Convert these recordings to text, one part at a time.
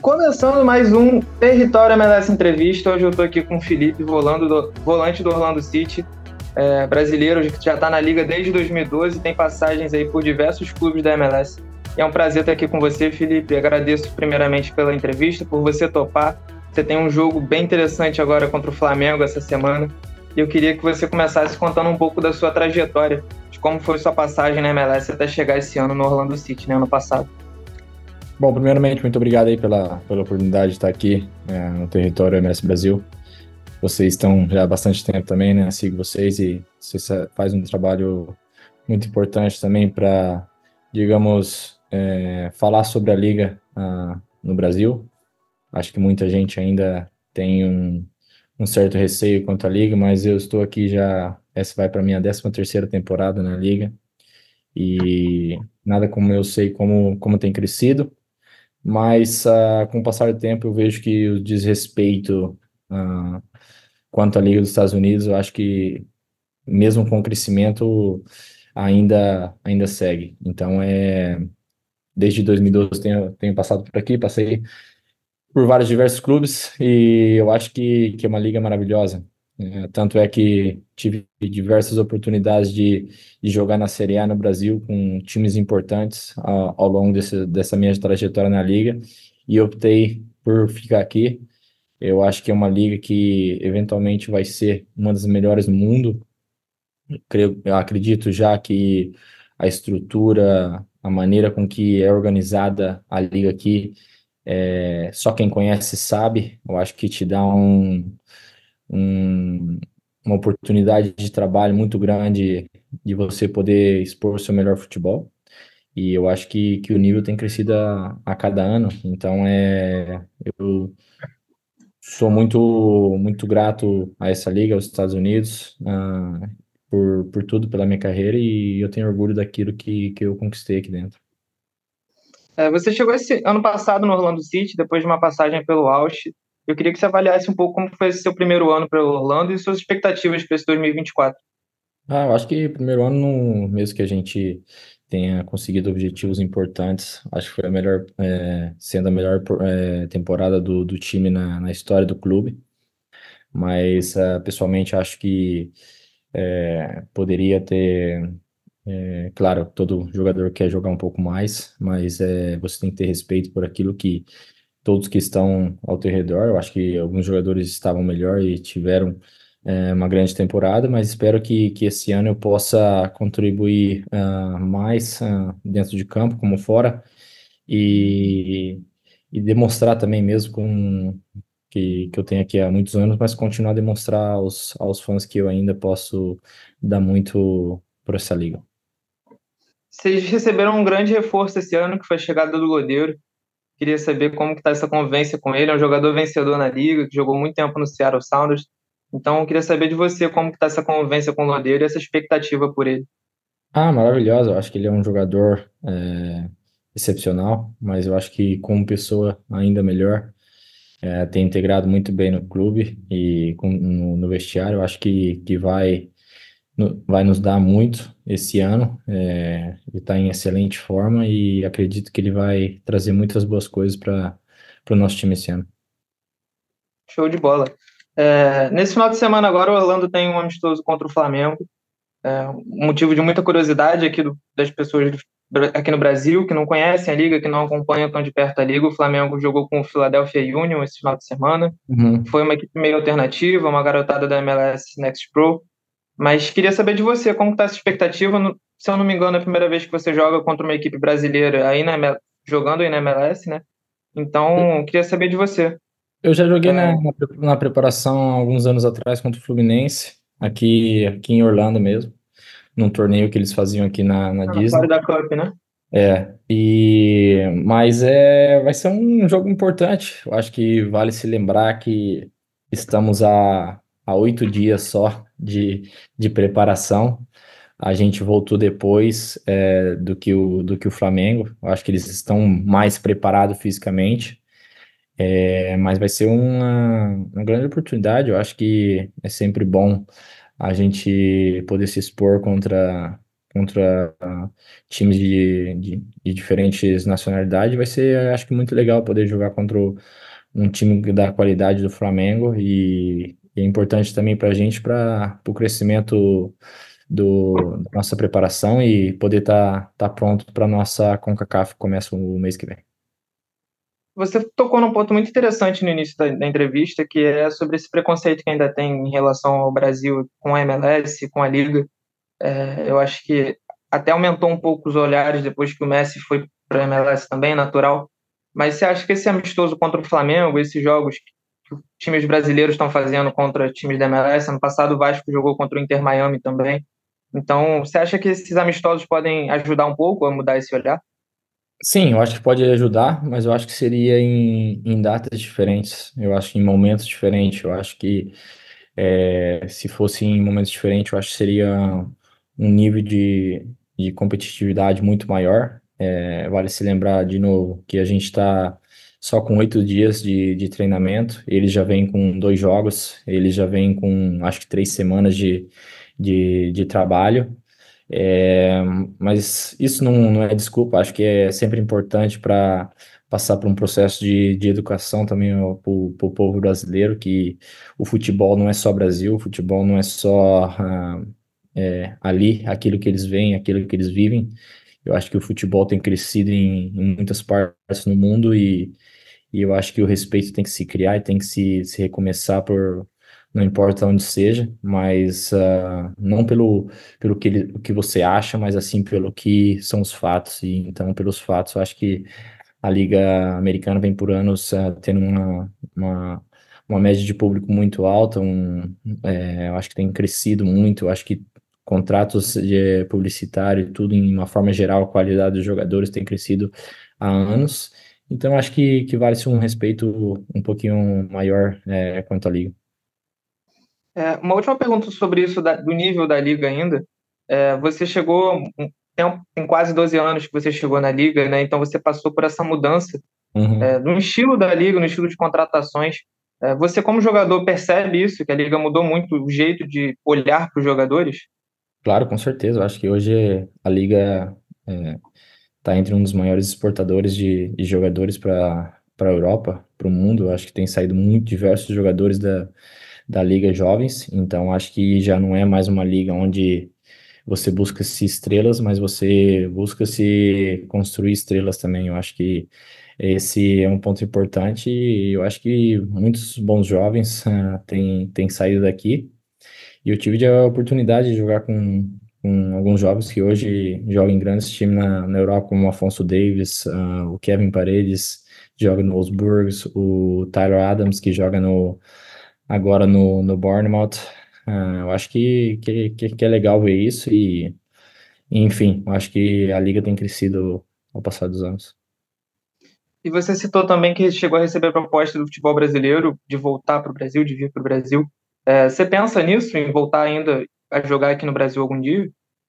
Começando mais um Território MLS Entrevista. Hoje eu estou aqui com o Felipe, volante do Orlando City, brasileiro que já está na liga desde 2012, tem passagens aí por diversos clubes da MLS. E é um prazer estar aqui com você, Felipe. Agradeço primeiramente pela entrevista, por você topar. Você tem um jogo bem interessante agora contra o Flamengo essa semana. E eu queria que você começasse contando um pouco da sua trajetória, de como foi sua passagem na MLS até chegar esse ano no Orlando City, né, ano passado. Bom, primeiramente, muito obrigado aí pela oportunidade de estar aqui no território MS Brasil. Vocês estão já há bastante tempo também, né? Sigo vocês e vocês fazem um trabalho muito importante também para, digamos, falar sobre a liga no Brasil. Acho que muita gente ainda tem um certo receio quanto à liga, mas eu estou aqui já, essa vai para a minha 13ª temporada na liga e nada como eu sei como tem crescido. Mas com o passar do tempo eu vejo que o desrespeito quanto à Liga dos Estados Unidos, eu acho que mesmo com o crescimento ainda segue. Então desde 2012 tenho passado por aqui, passei por vários diversos clubes e eu acho que é uma liga maravilhosa. Tanto é que tive diversas oportunidades de jogar na Série A no Brasil com times importantes ao longo dessa minha trajetória na liga e optei por ficar aqui. Eu acho que é uma liga que eventualmente vai ser uma das melhores do mundo. Eu acredito já que a estrutura, a maneira com que é organizada a liga aqui, só quem conhece sabe. Eu acho que te dá um- uma oportunidade de trabalho muito grande de você poder expor o seu melhor futebol. E eu acho que o nível tem crescido a cada ano. Então, eu sou muito grato a essa liga, aos Estados Unidos, por tudo, pela minha carreira, e eu tenho orgulho daquilo que eu conquistei aqui dentro. Você chegou esse ano passado no Orlando City, depois de uma passagem pelo Ausch. Eu queria que você avaliasse um pouco como foi esse seu primeiro ano pelo Orlando e suas expectativas para esse 2024. Eu acho que primeiro ano, mesmo que a gente tenha conseguido objetivos importantes, acho que foi sendo a melhor temporada do time na história do clube. Mas pessoalmente acho que poderia ter. Claro, todo jogador quer jogar um pouco mais, mas você tem que ter respeito por aquilo que todos que estão ao teu redor. Eu acho que alguns jogadores estavam melhor e tiveram uma grande temporada, mas espero que esse ano eu possa contribuir mais dentro de campo, como fora, e, e demonstrar também mesmo que eu tenho aqui há muitos anos, mas continuar a demonstrar aos fãs que eu ainda posso dar muito por essa liga. Vocês receberam um grande reforço esse ano, que foi a chegada do Lodeiro. Queria saber como que está essa convivência com ele. É um jogador vencedor na liga, que jogou muito tempo no Seattle Sounders. Então, eu queria saber de você como que está essa convivência com o Lodeiro e essa expectativa por ele. Maravilhosa. Eu acho que ele é um jogador excepcional, mas eu acho que como pessoa ainda melhor. Tem integrado muito bem no clube e no vestiário. Eu acho que vai nos dar muito esse ano. Ele está em excelente forma e acredito que ele vai trazer muitas boas coisas para o nosso time esse ano. Show de bola. Nesse final de semana agora, o Orlando tem um amistoso contra o Flamengo. Um motivo de muita curiosidade aqui das pessoas aqui no Brasil que não conhecem a liga, que não acompanham tão de perto a liga. O Flamengo jogou com o Philadelphia Union esse final de semana. Uhum. Foi uma equipe meio alternativa, uma garotada da MLS Next Pro. Mas queria saber de você, como está essa expectativa? Se eu não me engano, é a primeira vez que você joga contra uma equipe brasileira aí jogando aí na MLS, né? Então, queria saber de você. Eu já joguei na preparação há alguns anos atrás contra o Fluminense, aqui em Orlando mesmo, num torneio que eles faziam aqui na Na Disney. Florida Cup, né? Mas vai ser um jogo importante. Eu acho que vale se lembrar que estamos há 8 dias só de preparação. A gente voltou depois do que o Flamengo. Eu acho que eles estão mais preparados fisicamente. Mas vai ser uma grande oportunidade. Eu acho que é sempre bom a gente poder se expor contra times de diferentes nacionalidades, vai ser, acho que, muito legal poder jogar contra um time da qualidade do Flamengo e é importante também para a gente, para o crescimento da nossa preparação e poder tá pronto para nossa CONCACAF que começa o mês que vem. Você tocou num ponto muito interessante no início da entrevista, que é sobre esse preconceito que ainda tem em relação ao Brasil com a MLS, com a Liga. Eu acho que até aumentou um pouco os olhares depois que o Messi foi para a MLS também, natural. Mas você acha que esse amistoso contra o Flamengo, esses jogos que os times brasileiros estão fazendo contra times da MLS, ano passado o Vasco jogou contra o Inter Miami também. Então, você acha que esses amistosos podem ajudar um pouco a mudar esse olhar? Sim, eu acho que pode ajudar, mas eu acho que seria em datas diferentes, eu acho que em momentos diferentes, eu acho que se fosse em momentos diferentes, eu acho que seria um nível de competitividade muito maior. Vale se lembrar de novo que a gente está só com 8 dias de treinamento, eles já vêm com 2 jogos, eles já vêm com acho que 3 semanas de trabalho. É, mas isso não é desculpa, acho que é sempre importante para passar por um processo de educação também para o povo brasileiro, que o futebol não é só Brasil, o futebol não é só ali, aquilo que eles veem, aquilo que eles vivem. Eu acho que o futebol tem crescido em muitas partes no mundo e eu acho que o respeito tem que se criar e tem que se recomeçar por, não importa onde seja, mas não pelo o que você acha, mas assim pelo que são os fatos. E então, pelos fatos, eu acho que a Liga Americana vem por anos tendo uma média de público muito alta, eu acho que tem crescido muito, eu acho que contratos de publicitário e tudo, em uma forma geral, a qualidade dos jogadores tem crescido há anos. Então, acho que vale-se um respeito um pouquinho maior quanto à liga. Uma última pergunta sobre isso do nível da liga ainda. Você chegou tem quase 12 anos que você chegou na liga, né? Então você passou por essa mudança Uhum. no estilo da liga, no estilo de contratações. Você, como jogador, percebe isso, que a liga mudou muito o jeito de olhar para os jogadores? Claro, com certeza. Eu acho que hoje a liga está entre um dos maiores exportadores de jogadores para a Europa, para o mundo. Eu acho que tem saído muito diversos jogadores da liga jovens. Então, acho que já não é mais uma liga onde você busca se estrelas, mas você busca se construir estrelas também. Eu acho que esse é um ponto importante e eu acho que muitos bons jovens têm saído daqui. E eu tive a oportunidade de jogar com alguns jovens que hoje jogam em grandes times na Europa, como o Afonso Davies, o Kevin Paredes, joga no Wolfsburg, o Tyler Adams, que joga agora no Bournemouth. Eu acho que é legal ver isso enfim, eu acho que a liga tem crescido ao passar dos anos. E você citou também que chegou a receber proposta do futebol brasileiro de voltar para o Brasil, de vir para o Brasil. Você pensa nisso, em voltar ainda a jogar aqui no Brasil algum dia?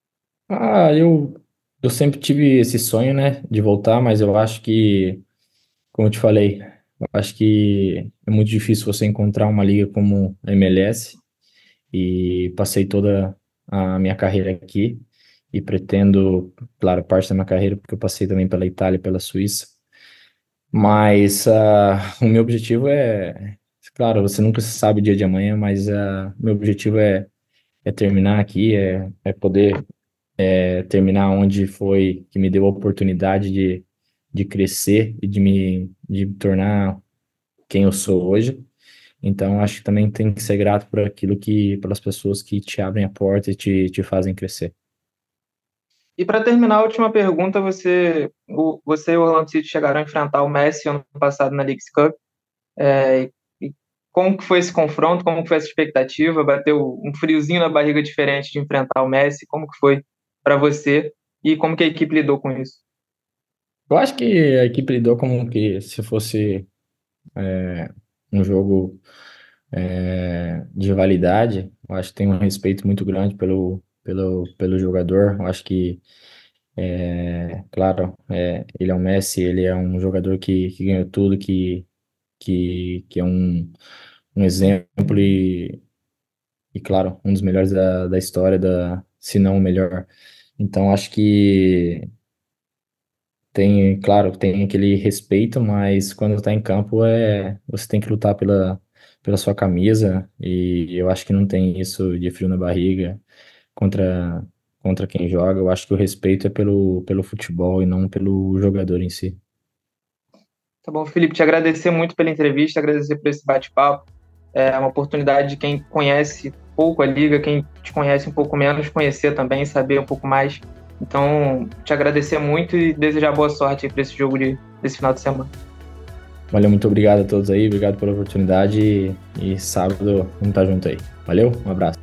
Eu sempre tive esse sonho, né, de voltar, mas eu acho que, como eu te falei, eu acho que é muito difícil você encontrar uma liga como a MLS e passei toda a minha carreira aqui e pretendo, claro, parte da minha carreira, porque eu passei também pela Itália e pela Suíça, mas o meu objetivo claro, você nunca sabe o dia de amanhã, mas meu objetivo é terminar aqui, é poder terminar onde foi que me deu a oportunidade de crescer e de me tornar quem eu sou hoje. Então, acho que também tem que ser grato por aquilo pelas pessoas que te abrem a porta e te fazem crescer. E para terminar, a última pergunta, você e o Orlando City chegaram a enfrentar o Messi ano passado na Leagues Cup. E como que foi esse confronto? Como que foi essa expectativa? Bateu um friozinho na barriga diferente de enfrentar o Messi? Como que foi para você? E como que a equipe lidou com isso? Eu acho que a equipe lidou como que se fosse um jogo de rivalidade. Eu acho que tem um respeito muito grande pelo jogador. Eu acho que claro, ele é um Messi, ele é um jogador que ganhou tudo, que é um exemplo e, claro, um dos melhores da história, se não o melhor Então acho que tem, claro, tem aquele respeito, mas quando tá em campo você tem que lutar pela sua camisa e eu acho que não tem isso de frio na barriga contra, contra quem joga. Eu acho que o respeito é pelo futebol e não pelo jogador em si. Tá bom, Felipe, te agradecer muito pela entrevista, agradecer por esse bate-papo. É uma oportunidade de quem conhece pouco a liga, quem te conhece um pouco menos, conhecer também, saber um pouco mais. Então, te agradecer muito e desejar boa sorte para esse jogo desse final de semana. Valeu, muito obrigado a todos aí, obrigado pela oportunidade e sábado vamos estar junto aí. Valeu, um abraço.